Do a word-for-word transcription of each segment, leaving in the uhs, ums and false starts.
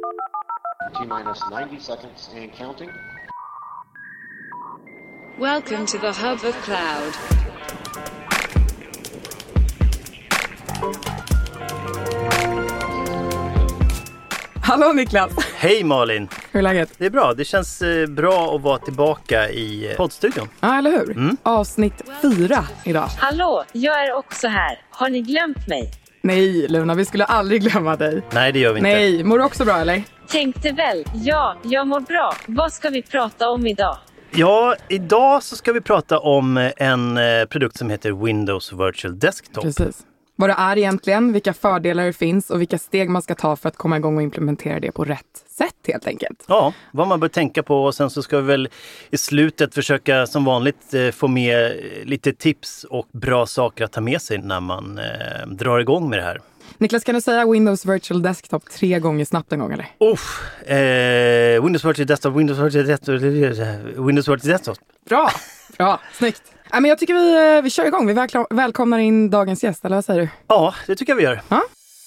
T-minus ninety seconds and counting. Welcome to the hub of cloud. Hallå Niklas! Hej Malin! Hur är läget? Det är bra, det känns eh, bra att vara tillbaka i eh, poddstudion. Ja, eller hur? Mm. Avsnitt fyra idag. Hallå, jag är också här. Har ni glömt mig? Nej Luna, vi skulle aldrig glömma dig. Nej, det gör vi inte. Nej, mår du också bra eller? Tänkte väl, ja, jag mår bra. Vad ska vi prata om idag? Ja, idag så ska vi prata om en eh, produkt som heter Windows Virtual Desktop. Precis. Vad det är egentligen, vilka fördelar det finns och vilka steg man ska ta för att komma igång och implementera det på rätt sätt helt enkelt. Ja, vad man bör tänka på, och sen så ska vi väl i slutet försöka som vanligt eh, få med lite tips och bra saker att ta med sig när man eh, drar igång med det här. Niklas, kan du säga Windows Virtual Desktop tre gånger snabbt en gång eller? Uff, eh, Windows Virtual Desktop, Windows Virtual Desktop, Windows Virtual Desktop. Bra, bra, snyggt. Ja, men jag tycker vi, vi kör igång. Vi välkom- välkomnar in dagens gäst, eller vad säger du? Ja, det tycker jag vi gör. Ja?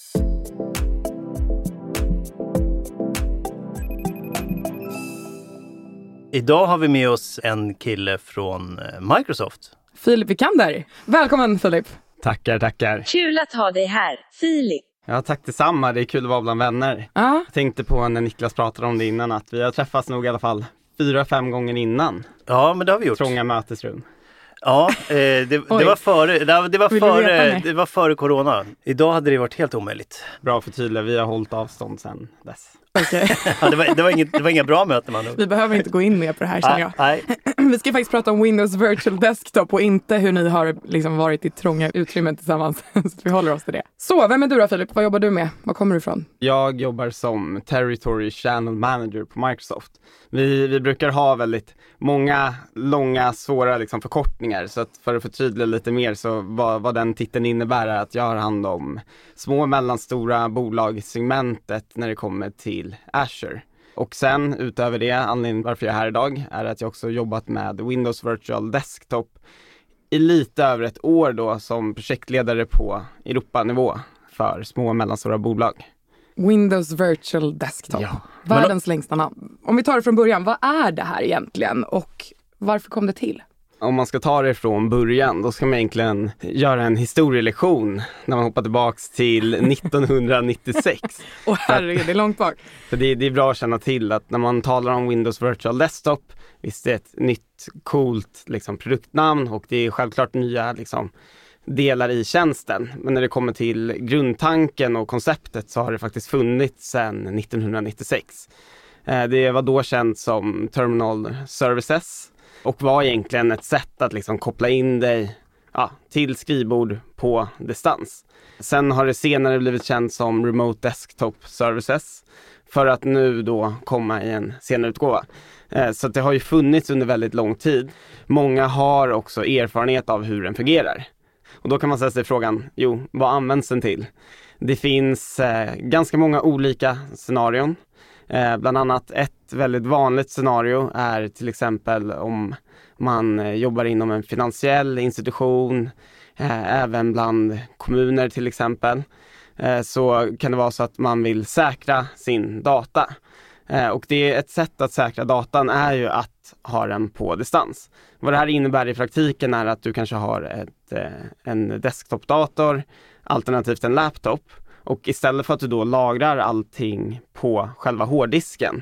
Idag har vi med oss en kille från Microsoft. Filip Vikander. Välkommen Filip. Tackar, tackar. Kul att ha dig här, Filip. Ja, tack detsamma. Det är kul att vara bland vänner. Ja. Jag tänkte på när Niklas pratade om det innan att vi har träffats nog i alla fall fyra, fem gånger innan. Ja, men det har vi gjort. Trånga mötesrum. Ja, eh, det, det, var före, det, det, var Vill du före, veta mig? det var före corona. Idag hade det varit helt omöjligt. Bra för tydliga, vi har hållit avstånd sedan dess. Okej. Ja, det, var, det, var inget, det var inga bra möten man. Vi behöver inte gå in mer på det här känner jag. Nej, Vi ska faktiskt prata om Windows Virtual Desktop och inte hur ni har liksom varit i trånga utrymmen tillsammans. Så vi håller oss till det. Så, vem är du då Filip? Vad jobbar du med? Var kommer du ifrån? Jag jobbar som Territory Channel Manager på Microsoft. Vi, vi brukar ha väldigt många långa, svåra liksom, förkortningar. Så att för att förtydliga lite mer så vad, vad den titeln innebär är att jag har hand om små och mellanstora bolag i segmentet när det kommer till Azure. Och sen utöver det, anledningen varför jag är här idag är att jag också jobbat med Windows Virtual Desktop i lite över ett år då som projektledare på Europanivå för små och mellanstora bolag. Windows Virtual Desktop. Ja. Världens längsta namn. Om vi tar det från början, vad är det här egentligen och varför kom det till? Om man ska ta det från början, då ska man egentligen göra en historielektion när man hoppar tillbaks till nittonhundranittiosex. Åh herregud, det är långt bak. För det, det är bra att känna till att när man talar om Windows Virtual Desktop, visst det är ett nytt coolt liksom, produktnamn och det är självklart nya liksom, delar i tjänsten. Men när det kommer till grundtanken och konceptet så har det faktiskt funnits sedan nittonhundranittiosex. Det var då känt som Terminal Services. Och var egentligen ett sätt att liksom koppla in dig ja, till skrivbord på distans. Sen har det senare blivit känt som Remote Desktop Services. För att nu då komma i en senare utgåva. Eh, så det har ju funnits under väldigt lång tid. Många har också erfarenhet av hur den fungerar. Och då kan man ställa sig frågan, jo, vad används den till? Det finns eh, ganska många olika scenarion. Eh, bland annat ett väldigt vanligt scenario är till exempel om man eh, jobbar inom en finansiell institution, eh, även bland kommuner till exempel, eh, så kan det vara så att man vill säkra sin data. Eh, och det är ett sätt att säkra datan är ju att ha den på distans. Vad det här innebär i praktiken är att du kanske har ett, eh, en desktopdator, alternativt en laptop. Och istället för att du då lagrar allting på själva hårddisken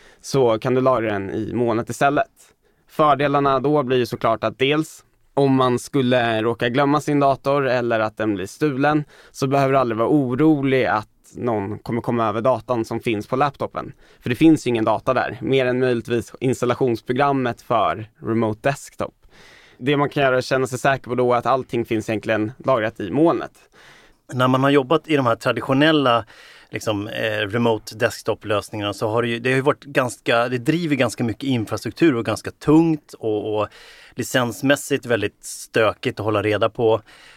så kan du lagra den i molnet istället. Fördelarna då blir ju såklart att dels om man skulle råka glömma sin dator eller att den blir stulen så behöver du aldrig vara orolig att någon kommer komma över datan som finns på laptopen. För det finns ju ingen data där, mer än möjligtvis installationsprogrammet för Remote Desktop. Det man kan göra är att känna sig säker på då är att allting finns egentligen lagrat i molnet. När man har jobbat i de här traditionella liksom, eh, remote desktop-lösningarna så har det ju, det har ju varit ganska, det driver ganska mycket infrastruktur och ganska tungt och, och licensmässigt väldigt stökigt att hålla reda på.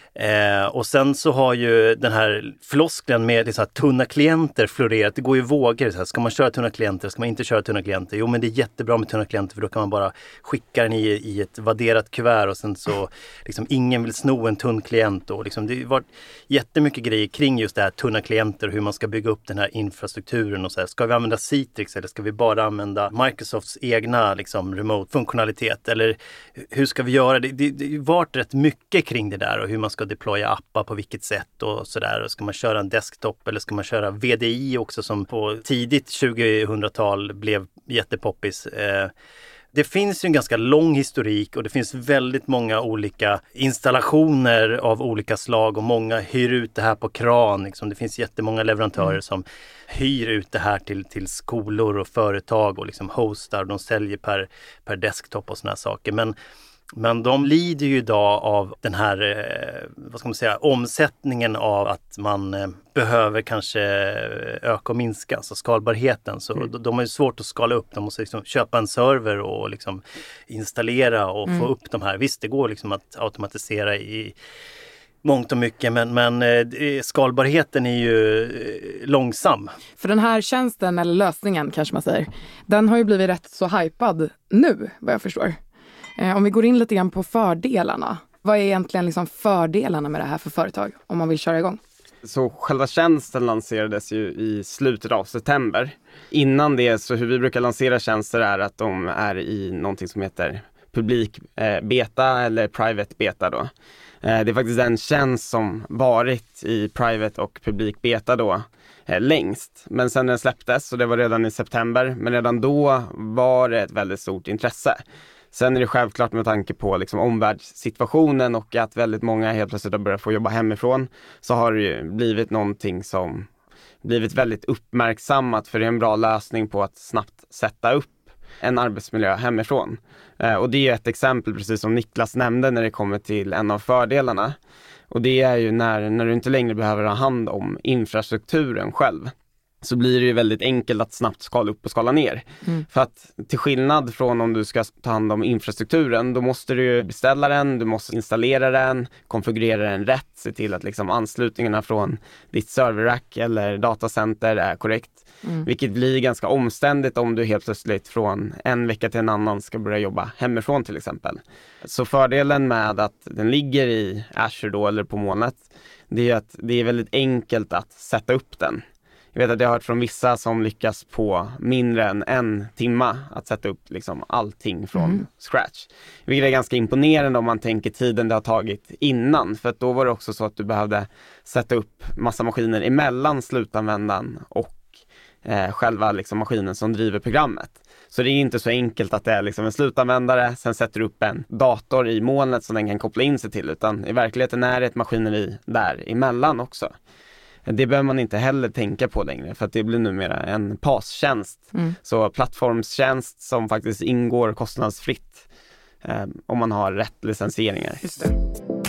Eh, och sen så har ju den här flosklen med liksom, tunna klienter florerat. Det går ju vågor. Så här. Ska man köra tunna klienter? Ska man inte köra tunna klienter? Jo, men det är jättebra med tunna klienter för då kan man bara skicka den i, i ett vadderat kuvert och sen så liksom ingen vill sno en tunn klient. Och, liksom, det har varit jättemycket grejer kring just det här tunna klienter och hur man ska bygga upp den här infrastrukturen. Och så här. Ska vi använda Citrix eller ska vi bara använda Microsofts egna liksom, remote-funktionalitet? Eller hur ska vi göra? Det, det, det har varit rätt mycket kring det där och hur man ska deploya appar på vilket sätt och sådär. Ska man köra en desktop eller ska man köra V D I också som på tidigt tjugohundratal blev jättepoppis. Eh, det finns ju en ganska lång historik och det finns väldigt många olika installationer av olika slag och många hyr ut det här på kran. Liksom. Det finns jättemånga leverantörer mm. som hyr ut det här till, till skolor och företag och liksom hostar och de säljer per, per desktop och såna här saker. Men Men de lider ju idag av den här, eh, vad ska man säga, omsättningen av att man eh, behöver kanske öka och minska, alltså skalbarheten. Så mm. de, de har ju svårt att skala upp, de måste liksom köpa en server och liksom installera och mm. få upp de här. Visst, det går liksom att automatisera i mångt och mycket, men, men eh, skalbarheten är ju eh, långsam. För den här tjänsten, eller lösningen kanske man säger, den har ju blivit rätt så hypad nu, vad jag förstår. Om vi går in lite grann på fördelarna. Vad är egentligen liksom fördelarna med det här för företag om man vill köra igång? Så själva tjänsten lanserades ju i slutet av september. Innan det, så hur vi brukar lansera tjänster är att de är i någonting som heter publik eh, beta eller private beta då. Eh, det är faktiskt en tjänst som varit i private och publik beta då eh, längst. Men sen den släpptes, och det var redan i september, men redan då var det ett väldigt stort intresse. Sen är det självklart med tanke på liksom omvärldssituationen och att väldigt många helt plötsligt har börjat få jobba hemifrån, så har det ju blivit någonting som blivit väldigt uppmärksammat, för det är en bra lösning på att snabbt sätta upp en arbetsmiljö hemifrån. Eh, och det är ett exempel, precis som Niklas nämnde, när det kommer till en av fördelarna. Och det är ju när, när du inte längre behöver ha hand om infrastrukturen själv. Så blir det ju väldigt enkelt att snabbt skala upp och skala ner. Mm. För att till skillnad från om du ska ta hand om infrastrukturen, då måste du beställa den, du måste installera den, konfigurera den rätt, se till att liksom anslutningarna från ditt serverrack eller datacenter är korrekt. Mm. Vilket blir ganska omständigt om du helt plötsligt från en vecka till en annan ska börja jobba hemifrån till exempel. Så fördelen med att den ligger i Azure då, eller på molnet, det är att det är väldigt enkelt att sätta upp den. Jag vet att jag har hört från vissa som lyckas på mindre än en timma att sätta upp liksom allting från mm. scratch. Vilket är ganska imponerande om man tänker tiden det har tagit innan. För att då var det också så att du behövde sätta upp massa maskiner emellan slutanvändaren och eh, själva liksom maskinen som driver programmet. Så det är inte så enkelt att det är liksom en slutanvändare, sen sätter du upp en dator i molnet som den kan koppla in sig till. Utan i verkligheten är det ett maskineri där emellan också. Det behöver man inte heller tänka på längre, för att det blir numera en P A S-tjänst. Mm. Så plattformstjänst som faktiskt ingår kostnadsfritt eh, om man har rätt licensieringar. Just det.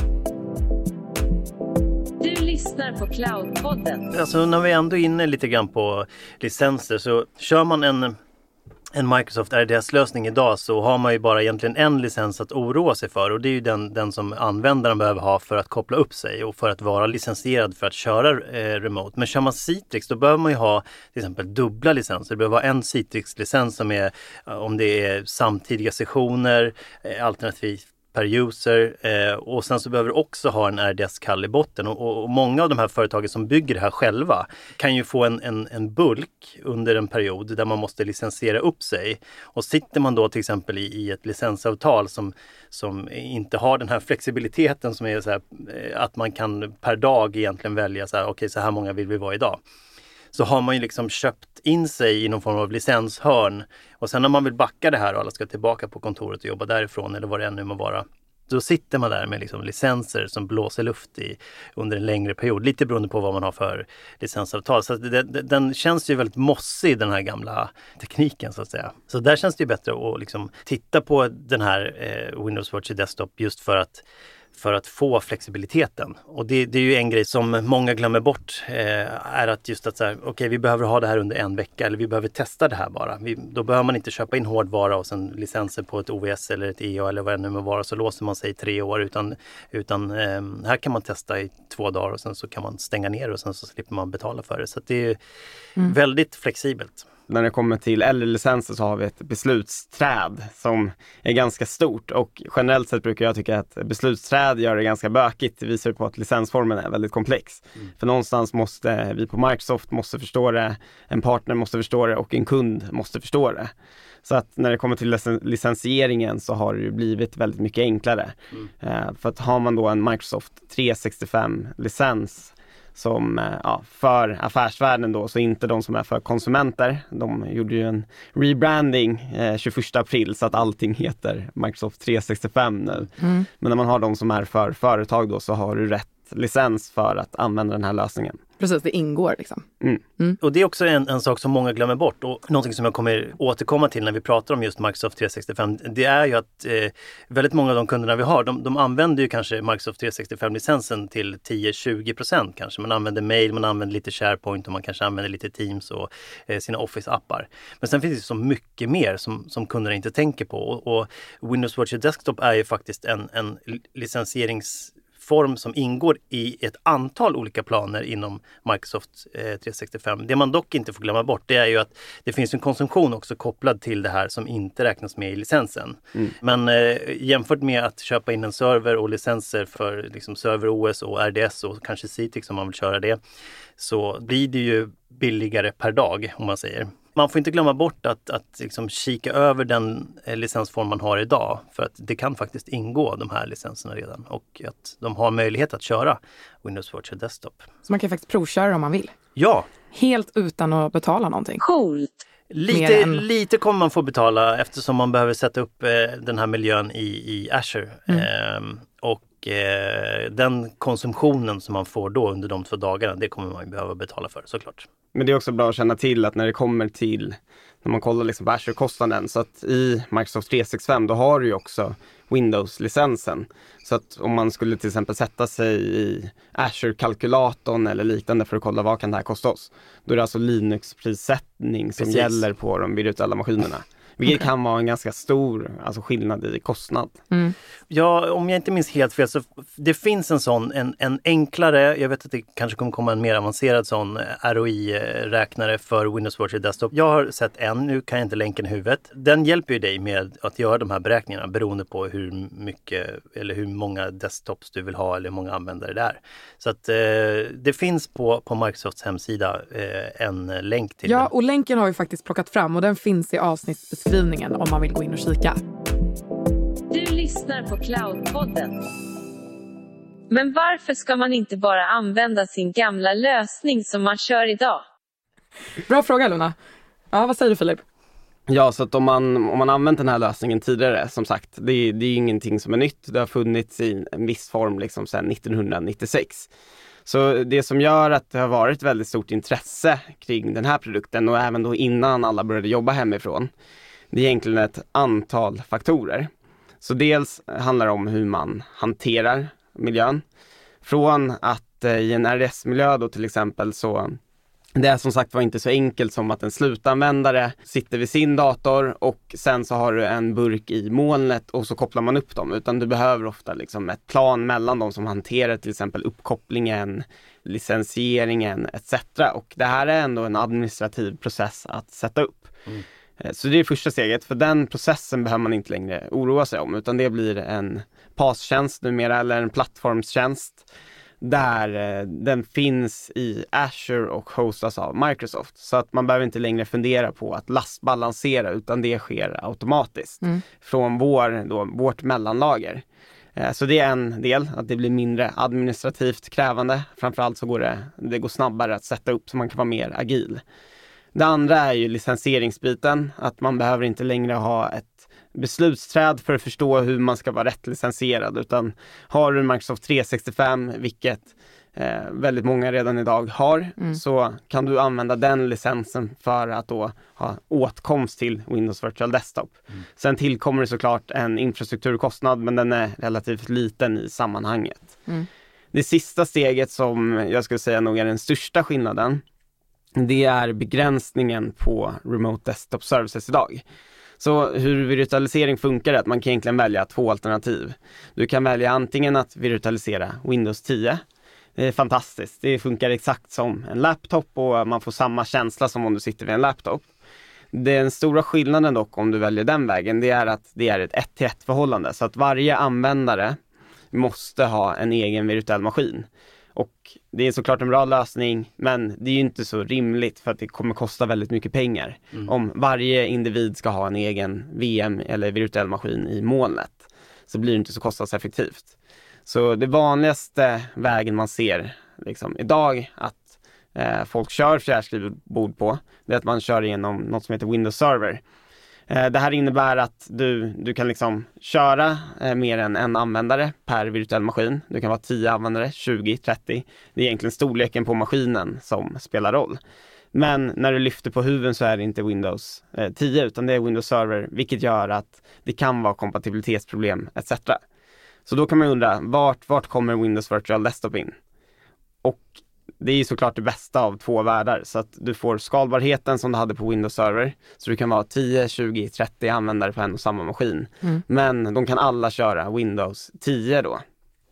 Du lyssnar på Cloudpodden. Alltså när vi ändå är inne lite grann på licenser, så kör man en... en Microsoft R D S-lösning idag, så har man ju bara egentligen en licens att oroa sig för, och det är ju den, den som användaren behöver ha för att koppla upp sig och för att vara licensierad för att köra eh, remote. Men kör man Citrix, då behöver man ju ha till exempel dubbla licenser. Det behöver vara en Citrix-licens som är, om det är samtidiga sessioner, eh, alternativt per user, eh, och sen så behöver du också ha en R D S-kall i botten, och, och, och många av de här företagen som bygger det här själva kan ju få en, en, en bulk under en period där man måste licensiera upp sig, och sitter man då till exempel i, i ett licensavtal som, som inte har den här flexibiliteten som är så här, att man kan per dag egentligen välja så här, okej, så här många vill vi vara idag. Så har man ju liksom köpt in sig i någon form av licenshörn. Och sen när man vill backa det här och alla ska tillbaka på kontoret och jobba därifrån, eller vad det ännu må vara, då sitter man där med liksom licenser som blåser luft i under en längre period. Lite beroende på vad man har för licensavtal. Så det, det, den känns ju väldigt mossig, den här gamla tekniken så att säga. Så där känns det ju bättre att liksom titta på den här eh, Windows Virtual Desktop, just för att för att få flexibiliteten. Och det, det är ju en grej som många glömmer bort, eh, är att just att så här, okej, okay, vi behöver ha det här under en vecka eller vi behöver testa det här bara. Vi, då behöver man inte köpa in hårdvara och sen licenser på ett O V S eller ett E A eller vad det nu må vara, så låser man sig i tre år, utan, utan eh, här kan man testa i två dagar och sen så kan man stänga ner och sen så slipper man betala för det. Så att det är mm. väldigt flexibelt. När det kommer till äldre-licenser så har vi ett beslutsträd som är ganska stort, och generellt sett brukar jag tycka att beslutsträd gör det ganska bökigt. Det visar på att licensformen är väldigt komplex. Mm. För någonstans måste vi på Microsoft måste förstå det, en partner måste förstå det och en kund måste förstå det. Så att när det kommer till licen- licensieringen så har det blivit väldigt mycket enklare. Mm. Uh, för att har man då en Microsoft tre sextiofem-licens som ja, för affärsvärlden då, så inte de som är för konsumenter. De gjorde ju en rebranding eh, tjugoförsta april så att allting heter Microsoft tre sextiofem nu. Mm. Men när man har de som är för företag då, så har du rätt licens för att använda den här lösningen. Precis, det ingår liksom. Mm. Mm. Och det är också en, en sak som många glömmer bort, och någonting som jag kommer återkomma till när vi pratar om just Microsoft tre sextiofem, det är ju att eh, väldigt många av de kunderna vi har, de, de använder ju kanske Microsoft tre sextiofem-licensen till tio till tjugo procent kanske. Man använder mail, man använder lite SharePoint och man kanske använder lite Teams och eh, sina Office-appar. Men sen finns det så mycket mer som, som kunderna inte tänker på, och, och Windows Virtual Desktop är ju faktiskt en, en licensierings form som ingår i ett antal olika planer inom Microsoft eh, tre sextiofem. Det man dock inte får glömma bort, det är ju att det finns en konsumtion också kopplad till det här som inte räknas med i licensen. Mm. Men eh, jämfört med att köpa in en server och licenser för liksom, server O S och R D S och kanske Citrix om man vill köra det, så blir det ju billigare per dag om man säger. Man får inte glömma bort att, att liksom kika över den eh, licensform man har idag, för att det kan faktiskt ingå de här licenserna redan, och att de har möjlighet att köra Windows Virtual Desktop. Så man kan faktiskt provköra om man vill? Ja! Helt utan att betala någonting? Coolt! Lite, än... lite kommer man få betala eftersom man behöver sätta upp eh, den här miljön i, i Azure. Mm. Eh, och eh, den konsumtionen som man får då under de två dagarna, det kommer man behöva betala för såklart. Men det är också bra att känna till att när det kommer till, när man kollar liksom på Azure-kostnaden, så att i Microsoft tre sextiofem då har du ju också Windows-licensen. Så att om man skulle till exempel sätta sig i Azure-kalkylatorn eller liknande för att kolla vad kan det här kosta oss, då är det alltså Linux-prissättning som Precis. Gäller på de virtuella maskinerna. Vilket okay. kan vara en ganska stor alltså skillnad i kostnad. Mm. Ja, om jag inte minns helt fel så det finns en sån, en, en enklare, jag vet att det kanske kommer komma en mer avancerad sån R O I-räknare för Windows Virtual Desktop. Jag har sett en, nu kan jag inte länken i huvudet. Den hjälper ju dig med att göra de här beräkningarna beroende på hur mycket eller hur många desktops du vill ha eller hur många användare det är. Så att eh, det finns på, på Microsofts hemsida eh, en länk till Ja, den. Och länken har vi faktiskt plockat fram och den finns i avsnittsbeskrivningen om man vill gå in och kika. Du lyssnar på Cloudpodden. Men varför ska man inte bara använda sin gamla lösning som man kör idag? Bra fråga, Luna. Ja, vad säger du, Filip? Ja, så att om man, om man använt den här lösningen tidigare, som sagt, det, det är ingenting som är nytt. Det har funnits i en viss form liksom sedan nittonhundranittiosex. Så det som gör att det har varit väldigt stort intresse kring den här produkten, och även då innan alla började jobba hemifrån, det är egentligen ett antal faktorer. Så dels handlar det om hur man hanterar miljön. Från att eh, i en R D S-miljö då till exempel, så det är som sagt var inte så enkelt som att en slutanvändare sitter vid sin dator och sen så har du en burk i molnet och så kopplar man upp dem. Utan du behöver ofta liksom ett plan mellan de som hanterar till exempel uppkopplingen, licensieringen et cetera. Och det här är ändå en administrativ process att sätta upp. Mm. Så det är första steget, för den processen behöver man inte längre oroa sig om, utan det blir en P A S-tjänst numera, eller en plattformstjänst där den finns i Azure och hostas av Microsoft. Så att man behöver inte längre fundera på att lastbalansera, utan det sker automatiskt mm. från vår, då, vårt mellanlager. Så det är en del, att det blir mindre administrativt krävande. Framförallt så går det, det går snabbare att sätta upp så man kan vara mer agil. Det andra är ju licensieringsbiten, att man behöver inte längre ha ett beslutsträd för att förstå hur man ska vara rätt licensierad, utan har du Microsoft tre sextiofem, vilket eh, väldigt många redan idag har, mm. så kan du använda den licensen för att då ha åtkomst till Windows Virtual Desktop. Mm. Sen tillkommer det såklart en infrastrukturkostnad, men den är relativt liten i sammanhanget. Mm. Det sista steget som jag skulle säga nog är den största skillnaden, det är begränsningen på Remote Desktop Services idag. Så hur virtualisering funkar är att man kan egentligen välja två alternativ. Du kan välja antingen att virtualisera Windows tio. Det är fantastiskt. Det funkar exakt som en laptop och man får samma känsla som om du sitter vid en laptop. Den stora skillnaden dock om du väljer den vägen, det är att det är ett ett till ett förhållande. Så att varje användare måste ha en egen virtuell maskin. Och det är såklart en bra lösning, men det är ju inte så rimligt för att det kommer kosta väldigt mycket pengar. Mm. Om varje individ ska ha en egen V M eller virtuell maskin i molnet, så blir det inte så kostnadseffektivt. Så det vanligaste vägen man ser liksom, idag att eh, folk kör fjärrskrivbord på, det är att man kör igenom något som heter Windows Server. Det här innebär att du, du kan liksom köra eh, mer än en användare per virtuell maskin. Du kan vara tio användare, tjugo, trettio. Det är egentligen storleken på maskinen som spelar roll. Men när du lyfter på huven så är det inte Windows eh, tio utan det är Windows Server, vilket gör att det kan vara kompatibilitetsproblem et cetera. Så då kan man undra, vart, vart kommer Windows Virtual Desktop in? Och det är ju såklart det bästa av två världar, så att du får skalbarheten som du hade på Windows Server, så du kan vara tio, tjugo, trettio användare på en och samma maskin. Mm. Men de kan alla köra Windows tio då.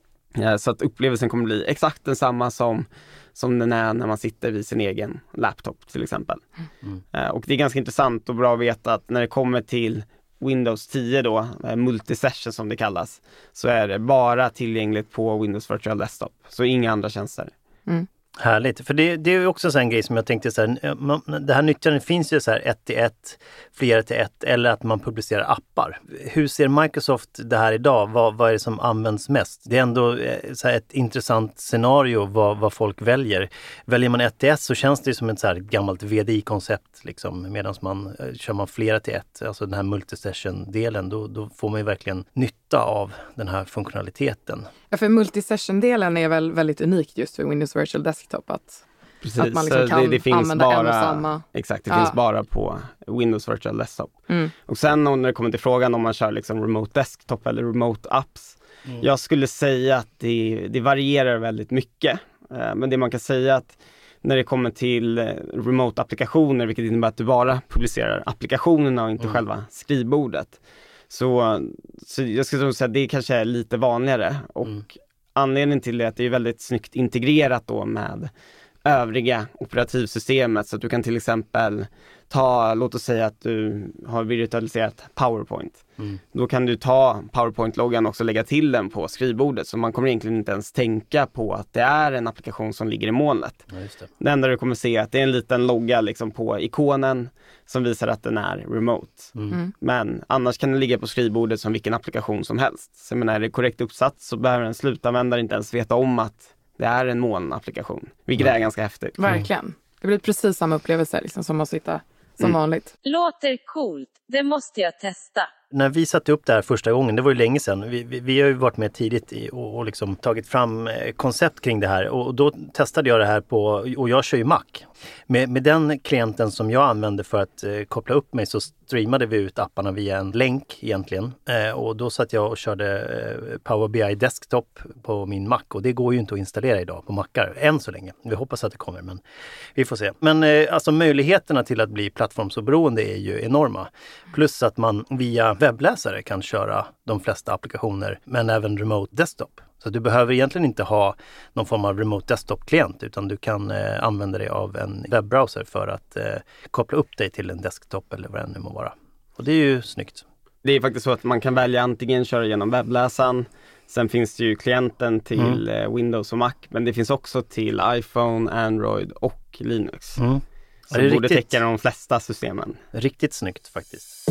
Så att upplevelsen kommer bli exakt densamma som, som den är när man sitter vid sin egen laptop till exempel. Mm. Och det är ganska intressant och bra att veta att när det kommer till Windows tio då, multisession som det kallas, så är det bara tillgängligt på Windows Virtual Desktop. Så inga andra tjänster. Mm. Härligt, för det, det är ju också så en grej som jag tänkte så här, man, det här nyttjandet finns ju så här ett till ett, flera till ett, eller att man publicerar appar. Hur ser Microsoft det här idag? Vad, vad är det som används mest? Det är ändå så här ett intressant scenario vad, vad folk väljer. Väljer man ett till ett så känns det som ett så här gammalt V D I-koncept liksom, medan man kör man flera till ett, alltså den här multisession-delen, då, då får man ju verkligen nytta av den här funktionaliteten. Ja, för multisession-delen är väl väldigt unikt just för Windows Virtual Desktop, att, Precis, att man liksom kan det, det finns använda bara, en och samma. Exakt, det ja. finns bara på Windows Virtual Desktop. Mm. Och sen när det kommer till frågan om man kör liksom Remote Desktop eller Remote Apps, mm. jag skulle säga att det, det varierar väldigt mycket. Men det man kan säga att när det kommer till remote-applikationer, vilket innebär att du bara publicerar applikationerna och inte mm. själva skrivbordet, Så, så jag skulle säga att det kanske är lite vanligare och mm. anledningen till det är att det är väldigt snyggt integrerat då med övriga operativsystemet, så att du kan till exempel ta, låt oss säga att du har virtualiserat PowerPoint. Mm. Då kan du ta PowerPoint-loggan och också lägga till den på skrivbordet, så man kommer egentligen inte ens tänka på att det är en applikation som ligger i molnet. Ja, just det. Det enda du kommer se är att det är en liten logga liksom på ikonen som visar att den är remote. Mm. Mm. Men annars kan den ligga på skrivbordet som vilken applikation som helst. Så jag menar, är det korrekt uppsatt så behöver en slutanvändare inte ens veta om att det är en molnapplikation. Vilket mm. är ganska häftigt. Verkligen. Det blir precis samma upplevelse liksom, som att sitta som mm. vanligt. Låter coolt. Det måste jag testa. När vi satte upp det här första gången, det var ju länge sedan, vi, vi, vi har ju varit med tidigt i, och, och liksom tagit fram koncept kring det här, och, och då testade jag det här på, och jag kör ju Mac. Med, med den klienten som jag använde för att eh, koppla upp mig, så streamade vi ut apparna via en länk egentligen. Eh, och då satt jag och körde eh, Power B I Desktop på min Mac, och det går ju inte att installera idag på Macar än så länge. Vi hoppas att det kommer, men vi får se. Men eh, alltså möjligheterna till att bli plattformsoberoende är ju enorma. Plus att man via webbläsare kan köra de flesta applikationer, men även remote desktop. Så du behöver egentligen inte ha någon form av remote desktop-klient, utan du kan eh, använda dig av en webbrowser för att eh, koppla upp dig till en desktop eller vad det nu må vara. Och det är ju snyggt. Det är faktiskt så att man kan välja antingen köra genom webbläsaren, sen finns det ju klienten till mm. Windows och Mac, men det finns också till iPhone, Android och Linux. Mm. Så det borde riktigt, täcka de flesta systemen. Riktigt snyggt faktiskt.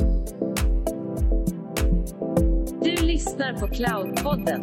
Du lyssnar på Cloudpodden.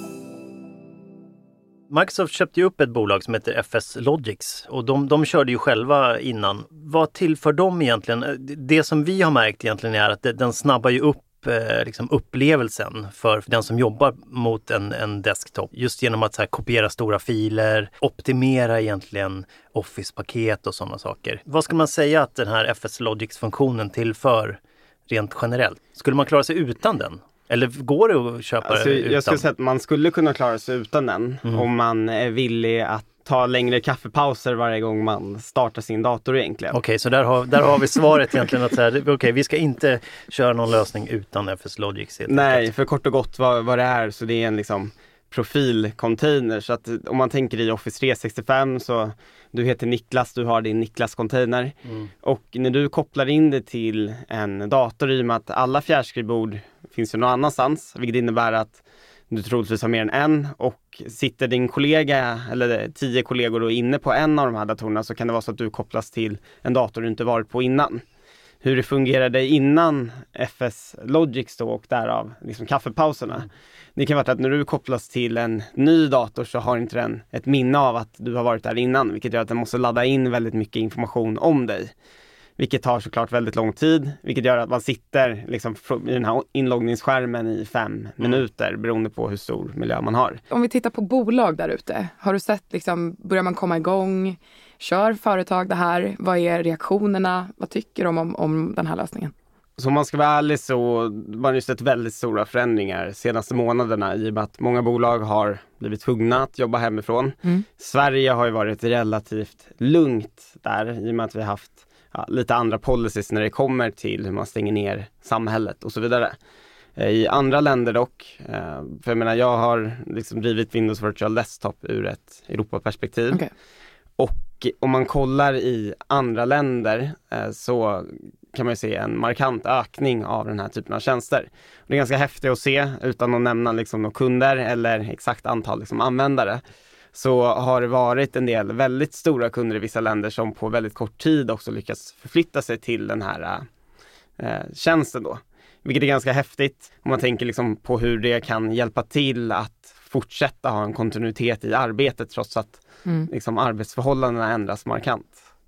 Microsoft köpte ju upp ett bolag som heter F S Logics, och de, de körde ju själva innan. Vad tillför de egentligen? Det som vi har märkt egentligen är att det, den snabbar ju upp eh, liksom upplevelsen för den som jobbar mot en, en desktop. Just genom att så här, kopiera stora filer, optimera egentligen Office-paket och sådana saker. Vad ska man säga att den här F S Logics-funktionen tillför rent generellt? Skulle man klara sig utan den? Eller går det att köpa alltså, utan? Jag skulle säga att man skulle kunna klara sig utan den mm. om man är villig att ta längre kaffepauser varje gång man startar sin dator egentligen. Okej, okay, så där har, där har vi svaret egentligen att okej, okay, vi ska inte köra någon lösning utan F S Logics. Nej, för kort och gott vad, vad det är, så det är en liksom profilcontainer. Så att om man tänker i Office tre sextiofem så du heter Niklas, du har din Niklas-container. Mm. Och när du kopplar in det till en dator, i och med att alla fjärrskrivbord finns ju någon annanstans, vilket innebär att du troligtvis har mer än en, och sitter din kollega eller tio kollegor då inne på en av de här datorerna, så kan det vara så att du kopplas till en dator du inte varit på innan. Hur det fungerade innan F S Logics då, och därav liksom kaffepauserna. Mm. Det kan vara att när du kopplas till en ny dator så har inte den ett minne av att du har varit där innan, vilket gör att den måste ladda in väldigt mycket information om dig. Vilket tar såklart väldigt lång tid, vilket gör att man sitter liksom i den här inloggningsskärmen i fem mm. minuter beroende på hur stor miljö man har. Om vi tittar på bolag där ute, har du sett, liksom, börjar man komma igång? Kör företag det här? Vad är reaktionerna? Vad tycker de om, om den här lösningen? Så om man ska vara ärlig så har man ju sett väldigt stora förändringar de senaste månaderna i och med att många bolag har blivit tvungna att jobba hemifrån. Mm. Sverige har ju varit relativt lugnt där i och med att vi har haft ja, lite andra policies när det kommer till hur man stänger ner samhället och så vidare. I andra länder dock, för jag menar jag har liksom drivit Windows Virtual Desktop ur ett Europaperspektiv. Okay. Och om man kollar i andra länder så kan man ju se en markant ökning av den här typen av tjänster. Det är ganska häftigt att se, utan att nämna liksom några kunder eller exakt antal liksom användare. Så har det varit en del väldigt stora kunder i vissa länder som på väldigt kort tid också lyckas förflytta sig till den här äh, tjänsten då. Vilket är ganska häftigt om man tänker liksom på hur det kan hjälpa till att fortsätta ha en kontinuitet i arbetet trots att mm. liksom, arbetsförhållandena ändras markant.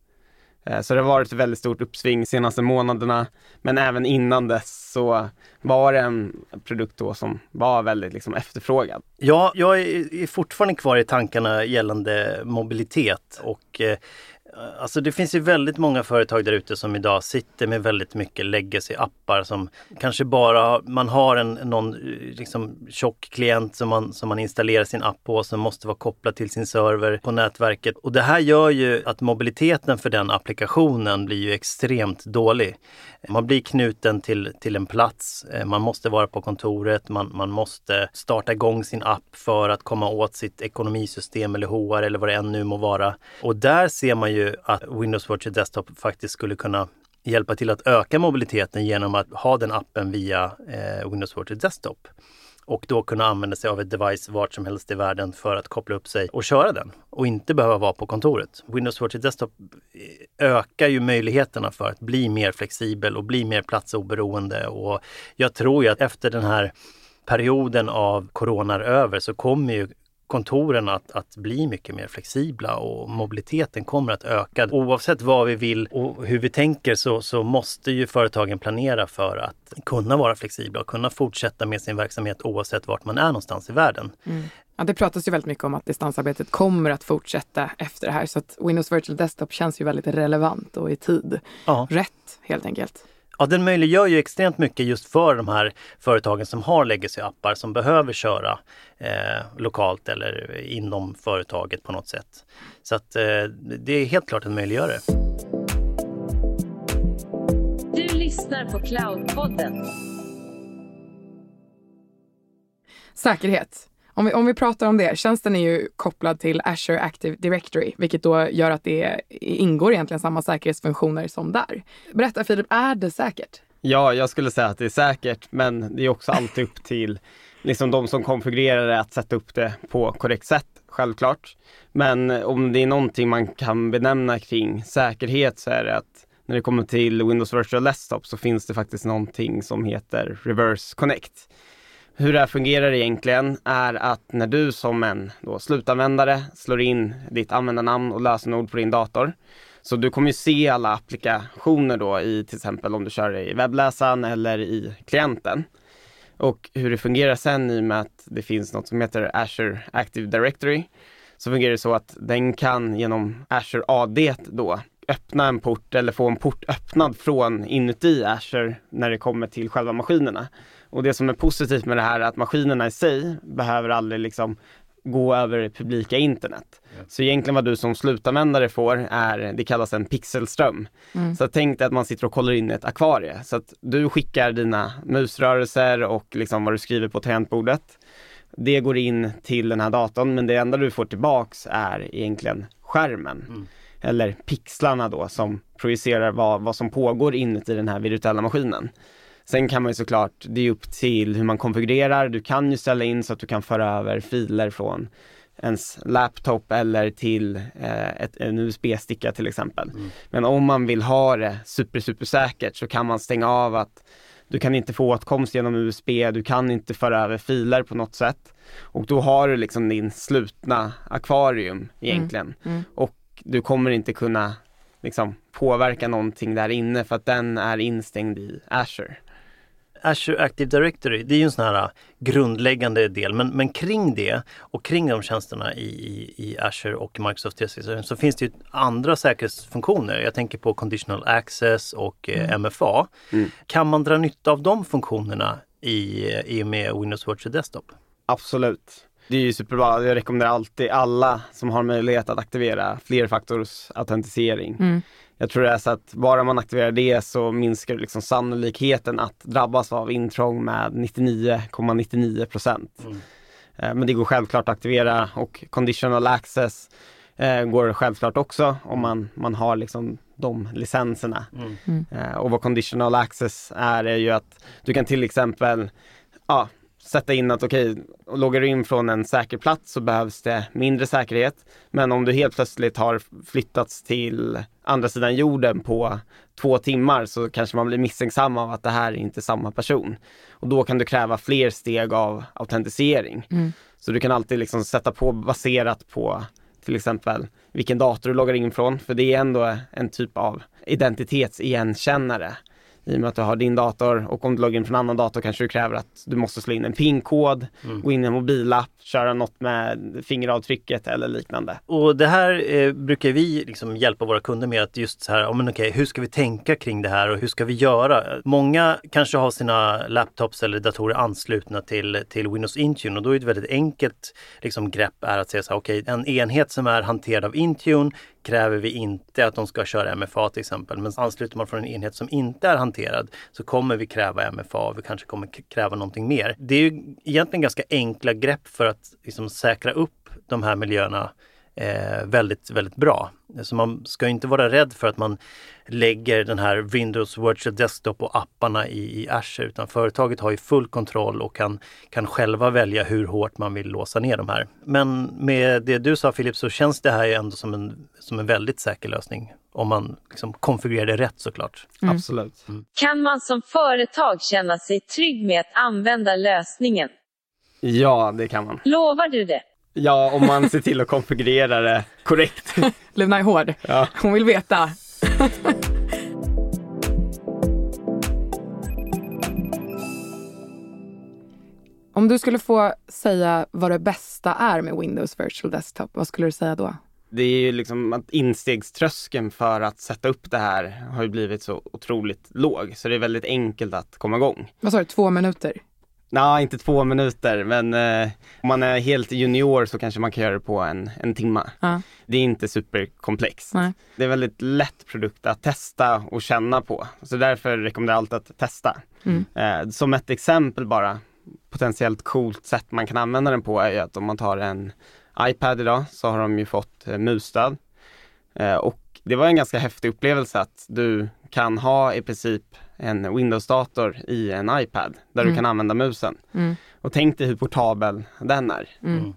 Så det har varit ett väldigt stort uppsving de senaste månaderna, men även innan dess så var det en produkt då som var väldigt liksom efterfrågad. Ja, jag är fortfarande kvar i tankarna gällande mobilitet och eh, alltså det finns ju väldigt många företag där ute som idag sitter med väldigt mycket legacy-appar som kanske bara, man har en någon liksom tjock klient som man, som man installerar sin app på som måste vara kopplad till sin server på nätverket. Och det här gör ju att mobiliteten för den applikationen blir ju extremt dålig. Man blir knuten till, till en plats, man måste vara på kontoret, man, man måste starta igång sin app för att komma åt sitt ekonomisystem eller H R eller vad det än nu må vara. Och där ser man ju att Windows Virtual Desktop faktiskt skulle kunna hjälpa till att öka mobiliteten genom att ha den appen via eh, Windows Virtual Desktop. Och då kunna använda sig av ett device vart som helst i världen för att koppla upp sig och köra den. Och inte behöva vara på kontoret. Windows Virtual Desktop ökar ju möjligheterna för att bli mer flexibel och bli mer platsoberoende. Och jag tror ju att efter den här perioden av corona över så kommer ju kontoren att, att bli mycket mer flexibla och mobiliteten kommer att öka. Oavsett vad vi vill och hur vi tänker så, så måste ju företagen planera för att kunna vara flexibla och kunna fortsätta med sin verksamhet oavsett vart man är någonstans i världen. Mm. Ja, det pratas ju väldigt mycket om att distansarbetet kommer att fortsätta efter det här, så att Windows Virtual Desktop känns ju väldigt relevant och i tid. Ja. Rätt, helt enkelt. Ja, den möjliggör ju extremt mycket just för de här företagen som har legacy-appar som behöver köra eh, lokalt eller inom företaget på något sätt. Så att eh, det är helt klart en möjliggörare. Du lyssnar på Cloudpodden. Säkerhet. Om vi, om vi pratar om det, tjänsten är ju kopplad till Azure Active Directory, vilket då gör att det ingår egentligen samma säkerhetsfunktioner som där. Berätta Filip, är det säkert? Ja, jag skulle säga att det är säkert, men det är också alltid upp till liksom de som konfigurerar det att sätta upp det på korrekt sätt, självklart. Men om det är någonting man kan benämna kring säkerhet så är det att när det kommer till Windows Virtual Desktop så finns det faktiskt någonting som heter Reverse Connect. Hur det här fungerar egentligen är att när du som en då slutanvändare slår in ditt användarnamn och lösenord på din dator Så du kommer ju se alla applikationer då i till exempel om du kör det i webbläsaren eller i klienten. Och hur det fungerar sen i och med att det finns något som heter Azure Active Directory, så fungerar det så att den kan genom Azure A D då öppna en port eller få en port öppnad från inuti Azure när det kommer till själva maskinerna. Och det som är positivt med det här är att maskinerna i sig behöver aldrig liksom gå över det publika internet. Ja. Så egentligen vad du som slutanvändare får är, det kallas en pixelström. Mm. Så tänk dig att man sitter och kollar in i ett akvarie. Så att du skickar dina musrörelser och liksom vad du skriver på tangentbordet. Det går in till den här datorn, men det enda du får tillbaks är egentligen skärmen. Mm. Eller pixlarna då som projicerar vad, vad som pågår inuti den här virtuella maskinen. Sen kan man ju såklart, det är upp till hur man konfigurerar. Du kan ju ställa in så att du kan föra över filer från ens laptop eller till eh, ett, en U S B-sticka till exempel. Mm. Men om man vill ha det super, super säkert så kan man stänga av att du kan inte få åtkomst genom U S B, du kan inte föra över filer på något sätt. Och då har du liksom din slutna akvarium egentligen. Mm. Mm. Och du kommer inte kunna liksom påverka någonting där inne för att den är instängd i Azure. Azure Active Directory, det är ju en sån här grundläggande del, men, men kring det och kring de tjänsterna i, i, i Azure och Microsoft tre sextiosex så finns det ju andra säkerhetsfunktioner. Jag tänker på Conditional Access och eh, M F A. Mm. Kan man dra nytta av de funktionerna i, i och med Windows Virtual Desktop? Absolut. Det är ju superbra. Jag rekommenderar alltid alla som har möjlighet att aktivera flerfaktorsautentisering. Mm. Jag tror det är så att bara man aktiverar det så minskar liksom sannolikheten att drabbas av intrång med nittionio komma nittionio procent. Mm. Men det går självklart att aktivera och conditional access eh, går självklart också om man, man har liksom de licenserna. Mm. Mm. Eh, och vad conditional access är är ju att du kan till exempel ja, sätta in att okej, okay, loggar du in från en säker plats så behövs det mindre säkerhet. Men om du helt plötsligt har flyttats till andra sidan jorden på två timmar så kanske man blir misstänksam av att det här är inte samma person. Och då kan du kräva fler steg av autentisering. Mm. Så du kan alltid liksom sätta på baserat på till exempel vilken dator du loggar in från. För det är ändå en typ av identitetsigenkännare. I och med att du har din dator och om du loggar in från en annan dator kanske du kräver att du måste slå in en PIN-kod, mm. gå in i en mobilapp, köra något med fingeravtrycket eller liknande. Och det här eh, brukar vi liksom hjälpa våra kunder med att just så här, oh, men okej, hur ska vi tänka kring det här och hur ska vi göra? Många kanske har sina laptops eller datorer anslutna till, till Windows Intune och då är det ett väldigt enkelt liksom, grepp är att säga så här, okej, en enhet som är hanterad av Intune kräver vi inte att de ska köra M F A till exempel. Men ansluter man från en enhet som inte är hanterad så kommer vi kräva M F A. Vi kanske kommer kräva någonting mer. Det är ju egentligen ganska enkla grepp för att liksom, säkra upp de här miljöerna eh, väldigt, väldigt bra. Så man ska inte vara rädd för att man lägger den här Windows Virtual Desktop och apparna i, i Azure. Utan företaget har ju full kontroll och kan, kan själva välja hur hårt man vill låsa ner de här. Men med det du sa Filip så känns det här ju ändå som en, som en väldigt säker lösning. Om man liksom konfigurerar det rätt såklart. Mm. Absolut. Mm. Kan man som företag känna sig trygg med att använda lösningen? Ja, det kan man. Lovar du det? Ja, om man ser till att konfigurera det korrekt. Levna är hård. Ja. Hon vill veta. Om du skulle få säga vad det bästa är med Windows Virtual Desktop, vad skulle du säga då? Det är ju liksom att instegströskeln för att sätta upp det här har ju blivit så otroligt låg. Så det är väldigt enkelt att komma igång. Vad sa du, två minuter? Nej, inte två minuter, men eh, om man är helt junior så kanske man kan göra det på en, en timme. Ja. Det är inte superkomplext. Nej. Det är väldigt lätt produkt att testa och känna på. Så därför rekommenderar jag alltid att testa. Mm. Eh, som ett exempel bara, potentiellt coolt sätt man kan använda den på är ju att om man tar en iPad idag så har de ju fått eh, musstöd. Eh, och det var en ganska häftig upplevelse att du kan ha i princip en Windows-dator i en iPad där mm. du kan använda musen. Mm. Och tänk dig hur portabel den är. Mm.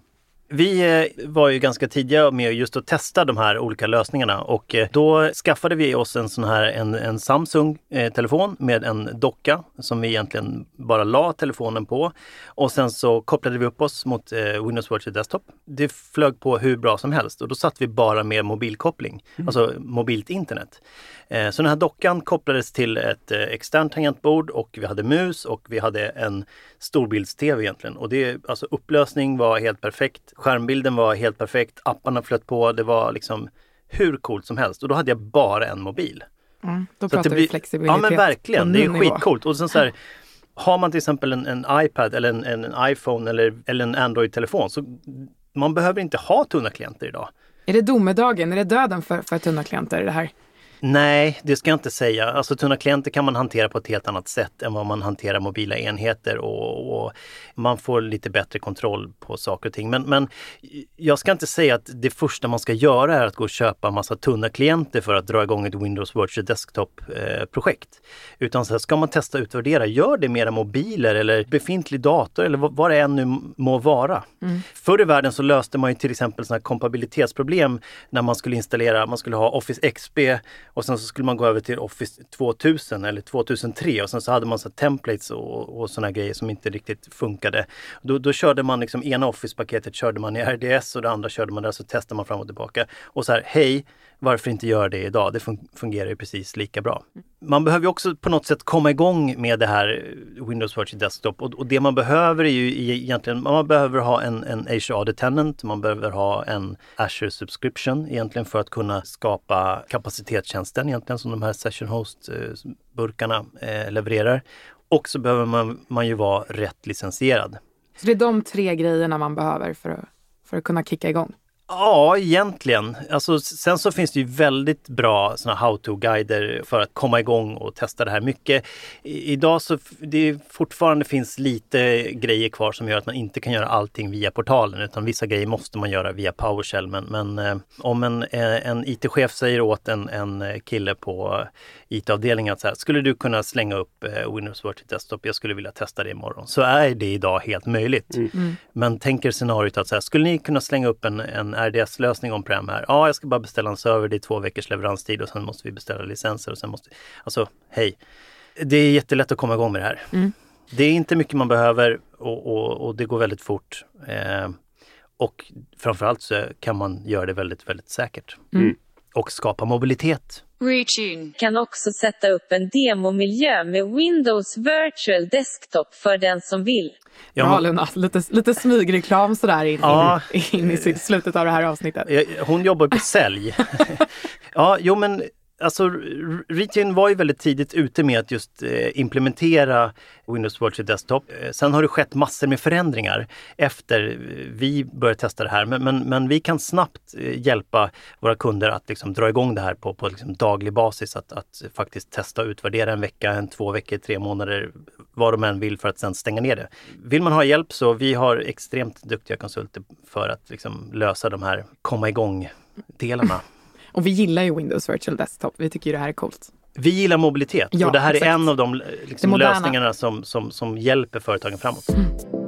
Vi var ju ganska tidiga med just att testa de här olika lösningarna och då skaffade vi oss en sån här en, en Samsung-telefon med en docka som vi egentligen bara la telefonen på och sen så kopplade vi upp oss mot eh, Windows Virtual Desktop. Det flög på hur bra som helst och då satt vi bara med mobilkoppling, mm. alltså mobilt internet. Eh, så den här dockan kopplades till ett eh, externt tangentbord och vi hade mus och vi hade en storbilds-tv egentligen och det, alltså upplösning var helt perfekt. Skärmbilden var helt perfekt, apparna flöt på, det var liksom hur coolt som helst. Och då hade jag bara en mobil. Mm, då så pratar vi blir, flexibilitet. Ja men verkligen, det är nivå. skitcoolt. Och sen så här, har man till exempel en, en iPad eller en, en iPhone eller, eller en Android-telefon så man behöver inte ha tunna klienter idag. Är det domedagen? Är det döden för, för tunna klienter det här? Nej, det ska jag inte säga. Alltså tunna klienter kan man hantera på ett helt annat sätt än vad man hanterar mobila enheter och, och man får lite bättre kontroll på saker och ting. Men, men jag ska inte säga att det första man ska göra är att gå och köpa en massa tunna klienter för att dra igång ett Windows Virtual Desktop-projekt. Utan så här, ska man testa och utvärdera, gör det med era mobiler eller befintlig dator eller vad, vad det än nu må vara. Mm. Förr i världen så löste man ju till exempel sådana här kompatibilitetsproblem när man skulle installera, man skulle ha Office X P och sen så skulle man gå över till Office tvåtusen eller tvåtusentre och sen så hade man så templates och, och såna grejer som inte riktigt funkade. Då, då körde man liksom ena Office-paketet körde man i R D S och det andra körde man där så testade man fram och tillbaka. Och så här, hej, varför inte göra det idag? Det fun- fungerar ju precis lika bra. Man behöver ju också på något sätt komma igång med det här Windows Virtual Desktop och, och det man behöver är ju egentligen, man behöver ha en, en Azure A D Tenant, man behöver ha en Azure Subscription egentligen för att kunna skapa kapacitetstjänsten egentligen som de här Session Host-burkarna eh, levererar. Och så behöver man, man ju vara rätt licensierad. Så det är de tre grejerna man behöver för att, för att kunna kicka igång? Ja, egentligen. Alltså, sen så finns det ju väldigt bra såna how-to-guider för att komma igång och testa det här mycket. I, idag så det fortfarande finns lite grejer kvar som gör att man inte kan göra allting via portalen utan vissa grejer måste man göra via PowerShell. Men, men eh, om en, en I T-chef säger åt en, en kille på I T-avdelningen att så här, skulle du kunna slänga upp eh, Windows Virtual Desktop, jag skulle vilja testa det imorgon. Så är det idag helt möjligt. Mm. Mm. Men tänker scenariot att så här, skulle ni kunna slänga upp en, en R D S-lösning om-prem här? Ja, jag ska bara beställa en server, det är två veckors leveranstid och sen måste vi beställa licenser och sen måste... Alltså, hej. Det är jättelätt att komma igång med det här. Mm. Det är inte mycket man behöver och, och, och det går väldigt fort. Eh, och framförallt så kan man göra det väldigt, väldigt säkert. Mm. Och skapa mobilitet. Retune kan också sätta upp en demomiljö med Windows Virtual Desktop för den som vill. Ja, Bra, Luna. Lite, lite smygreklam sådär in, ja. in, in i slutet av det här avsnittet. Hon jobbar på sälj. Ja, jo men alltså Retune var ju väldigt tidigt ute med att just eh, implementera Windows Virtual Desktop. Eh, sen har det skett massor med förändringar efter vi började testa det här. Men, men, men vi kan snabbt eh, hjälpa våra kunder att liksom, dra igång det här på, på liksom, daglig basis. Att, att faktiskt testa och utvärdera en vecka, en två veckor, tre månader, vad de än vill för att sen stänga ner det. Vill man ha hjälp så vi har extremt duktiga konsulter för att liksom, lösa de här komma igång-delarna. Och vi gillar ju Windows Virtual Desktop. Vi tycker ju det här är coolt. Vi gillar mobilitet. Ja, och det här exakt. är en av de liksom, det lösningarna som, som, som hjälper företagen framåt. Mm.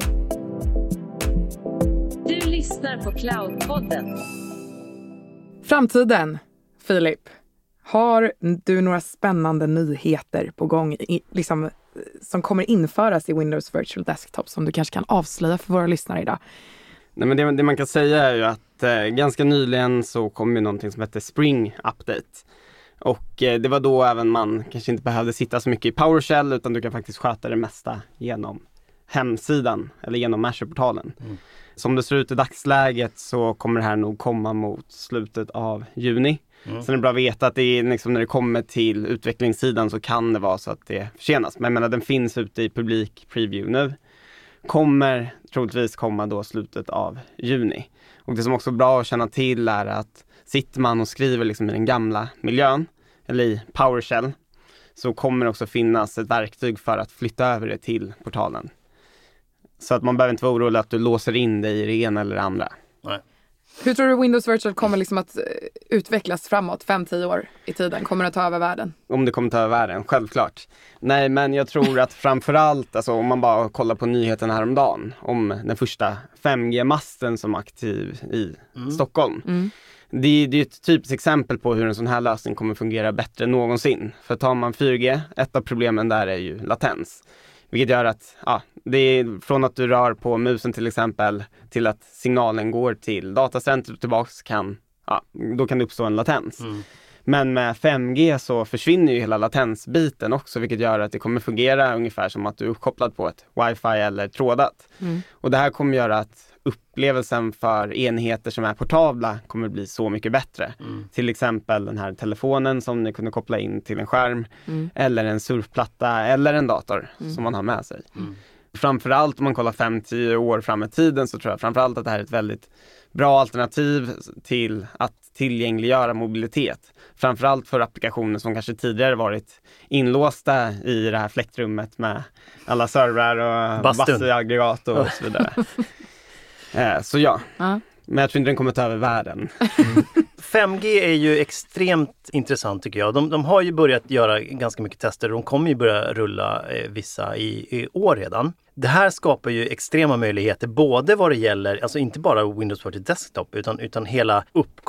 Du lyssnar på Cloudpodden. Framtiden, Filip. Har du några spännande nyheter på gång i, liksom, som kommer införas i Windows Virtual Desktop som du kanske kan avslöja för våra lyssnare idag? Nej, men det, det man kan säga är ju att eh, ganska nyligen så kom ju någonting som heter Spring Update. Och eh, det var då även man kanske inte behövde sitta så mycket i PowerShell utan du kan faktiskt sköta det mesta genom hemsidan eller genom Azure-portalen. Mm. Som det ser ut i dagsläget så kommer det här nog komma mot slutet av juni. Mm. Så det är bra att veta att det är liksom, när det kommer till utvecklingssidan så kan det vara så att det försenas. Men jag menar, den finns ute i publik preview nu. Kommer troligtvis komma då slutet av juni. Och det som också är bra att känna till är att sitter man och skriver liksom i den gamla miljön eller i PowerShell så kommer det också finnas ett verktyg för att flytta över det till portalen. Så att man behöver inte vara orolig att du låser in dig i det ena eller det andra. Nej. Hur tror du Windows Virtual kommer liksom att utvecklas framåt, fem till tio år i tiden? Kommer det att ta över världen? Om det kommer ta över världen, självklart. Nej, men jag tror att framförallt, alltså om man bara kollar på nyheten häromdagen om den första fem G-masten som är aktiv i mm. Stockholm. Mm. Det, det är ett typiskt exempel på hur en sån här lösning kommer fungera bättre än någonsin. För tar man fyra G, ett av problemen där är ju latens. Vilket gör att ja, det är från att du rör på musen till exempel till att signalen går till datacentret och tillbaks kan, ja, då kan det uppstå en latens. Mm. Men med fem G så försvinner ju hela latensbiten också, vilket gör att det kommer fungera ungefär som att du är uppkopplad på ett wifi eller trådat. Mm. Och det här kommer göra att upplevelsen för enheter som är portabla kommer bli så mycket bättre. Mm. Till exempel den här telefonen som ni kunde koppla in till en skärm mm. eller en surfplatta eller en dator mm. som man har med sig. Mm. Framförallt om man kollar fem till tio år fram i tiden så tror jag framförallt att det här är ett väldigt bra alternativ till att tillgängliggöra mobilitet. Framförallt för applikationer som kanske tidigare varit inlåsta i det här fläktrummet med alla servrar och bastuaggregat och så vidare. eh, så ja, uh. men jag tror inte den kommer ta över världen. Mm. fem G är ju extremt intressant tycker jag. De, de har ju börjat göra ganska mycket tester. De kommer ju börja rulla eh, vissa i, i år redan. Det här skapar ju extrema möjligheter både vad det gäller, alltså inte bara Windows Virtual Desktop utan, utan hela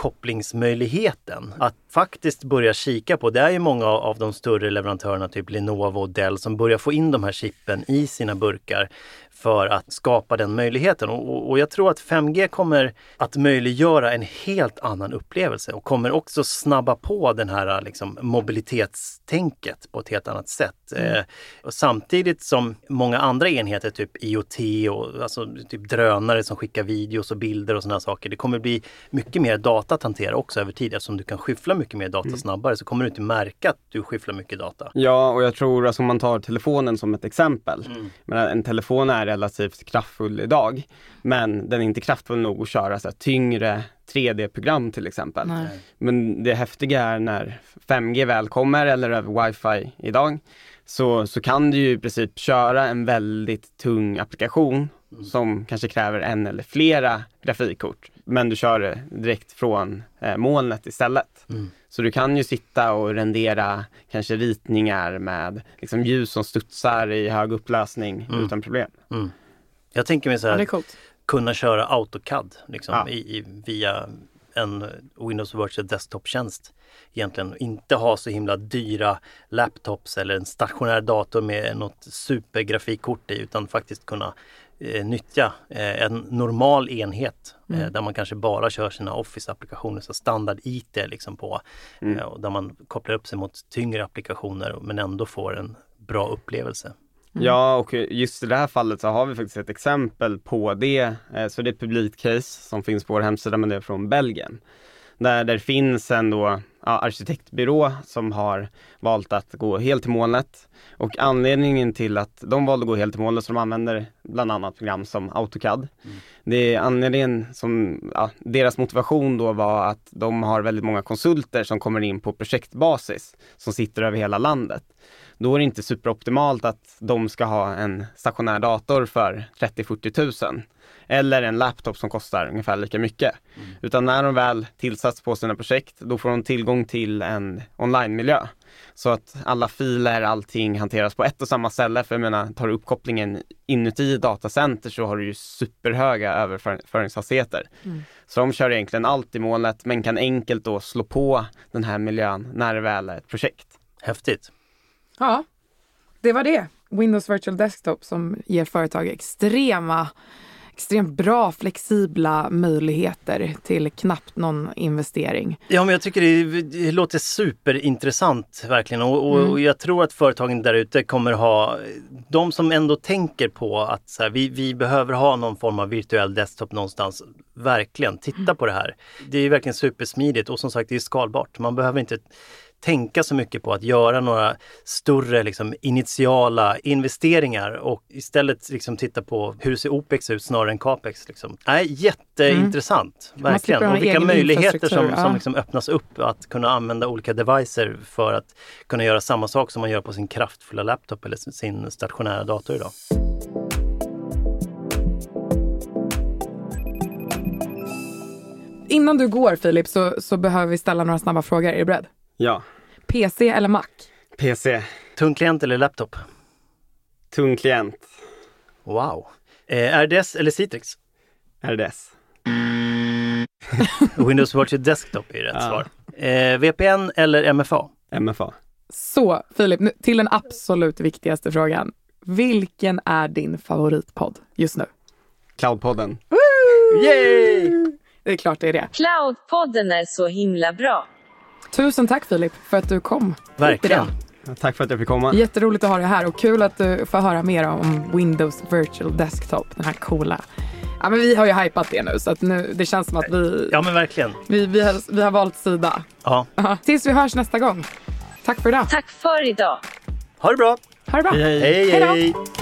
uppkopplingsmöjligheten. Att faktiskt börja kika på, det är ju många av de större leverantörerna typ Lenovo och Dell som börjar få in de här chippen i sina burkar för att skapa den möjligheten. Och, och jag tror att fem G kommer att möjliggöra en helt annan upplevelse och kommer också snabba på den här liksom, mobilitetstänket på ett helt annat sätt. Mm. Eh, och samtidigt som många andra enheter, typ I O T och alltså, typ drönare som skickar videos och bilder och sådana saker, det kommer bli mycket mer data att hantera också över tid. Eftersom du kan skyffla mycket mer data mm. snabbare så kommer du inte märka att du skyfflar mycket data. Ja, och jag tror, alltså, om man tar telefonen som ett exempel. Mm. Men en telefon är relativt kraftfull idag, men den är inte kraftfull nog att köra så här, tyngre tre D-program till exempel. Nej. Men det häftiga är när fem G väl kommer eller över wifi idag så, så kan du ju i princip köra en väldigt tung applikation mm. som kanske kräver en eller flera grafikkort. Men du kör det direkt från eh, molnet istället. Mm. Så du kan ju sitta och rendera kanske ritningar med liksom, ljus som studsar i hög upplösning mm. utan problem. Mm. Jag tänker mig så här, ja, kunna köra AutoCAD liksom, ja. i, i, via en Windows Virtual Desktop-tjänst. Egentligen inte ha så himla dyra laptops eller en stationär dator med något supergrafikkort i, utan faktiskt kunna eh, nyttja eh, en normal enhet mm. eh, där man kanske bara kör sina Office-applikationer, så standard I T liksom på, mm. eh, och där man kopplar upp sig mot tyngre applikationer men ändå får en bra upplevelse. Mm. Ja, och just i det här fallet så har vi faktiskt ett exempel på det. Så det är ett publikcase som finns på vår hemsida, men det är från Belgien. Där det finns en då, ja, arkitektbyrå som har valt att gå helt till molnet. Och anledningen till att de valde att gå helt till molnet, så de använder bland annat program som AutoCAD. Mm. Det är anledningen som, ja, deras motivation då var att de har väldigt många konsulter som kommer in på projektbasis som sitter över hela landet. Då är det inte superoptimalt att de ska ha en stationär dator för trettio till fyrtio tusen eller en laptop som kostar ungefär lika mycket. Mm. Utan när de väl tillsats på sina projekt, då får de tillgång till en online-miljö. Så att alla filer, allting hanteras på ett och samma ställe. För jag menar, tar du uppkopplingen inuti datacenter så har du ju superhöga överföringshastigheter. Mm. Så de kör egentligen allt i molnet, men kan enkelt då slå på den här miljön när det väl är ett projekt. Häftigt. Ja, det var det. Windows Virtual Desktop som ger företag extrema, extremt bra, flexibla möjligheter till knappt någon investering. Ja, men jag tycker det, det låter superintressant verkligen. Och, och, mm. och jag tror att företagen där ute kommer ha, de som ändå tänker på att så här, vi, vi behöver ha någon form av virtuell desktop någonstans, verkligen titta mm. på det här. Det är verkligen supersmidigt och som sagt det är skalbart. Man behöver inte tänka så mycket på att göra några större liksom, initiala investeringar och istället liksom, titta på hur ser OPEX ut snarare än CAPEX. Liksom. Nej, jätteintressant, mm. verkligen. Och vilka möjligheter som, ja. som liksom, öppnas upp att kunna använda olika devicer för att kunna göra samma sak som man gör på sin kraftfulla laptop eller sin stationära dator idag. Innan du går Filip så, så behöver vi ställa några snabba frågor. Är du beredd? Ja. P C eller Mac? P C. Tung klient eller laptop? Tung klient. Wow. Eh, R D S eller Citrix? R D S. Windows Virtual Desktop är rätt Ja. svar. Eh, V P N eller M F A? M F A. Så Filip, nu, till den absolut viktigaste frågan. Vilken är din favoritpodd just nu? Cloudpodden. Yay! Det är klart det är det. Cloudpodden är så himla bra. Tusen tack Filip för att du kom. Verkligen. Ja, tack för att jag fick komma. Jätteroligt att ha dig här och kul att du får höra mer om Windows Virtual Desktop. Den här coola. Ja, men vi har ju hypat det nu så att nu, det känns som att vi, Ja men verkligen. vi, vi, har, vi har valt sida. Ja. Aha. Tills vi hörs nästa gång. Tack för idag. Tack för idag. Ha det bra. Ha det bra. Hej, hej. Hej Hej då. hej.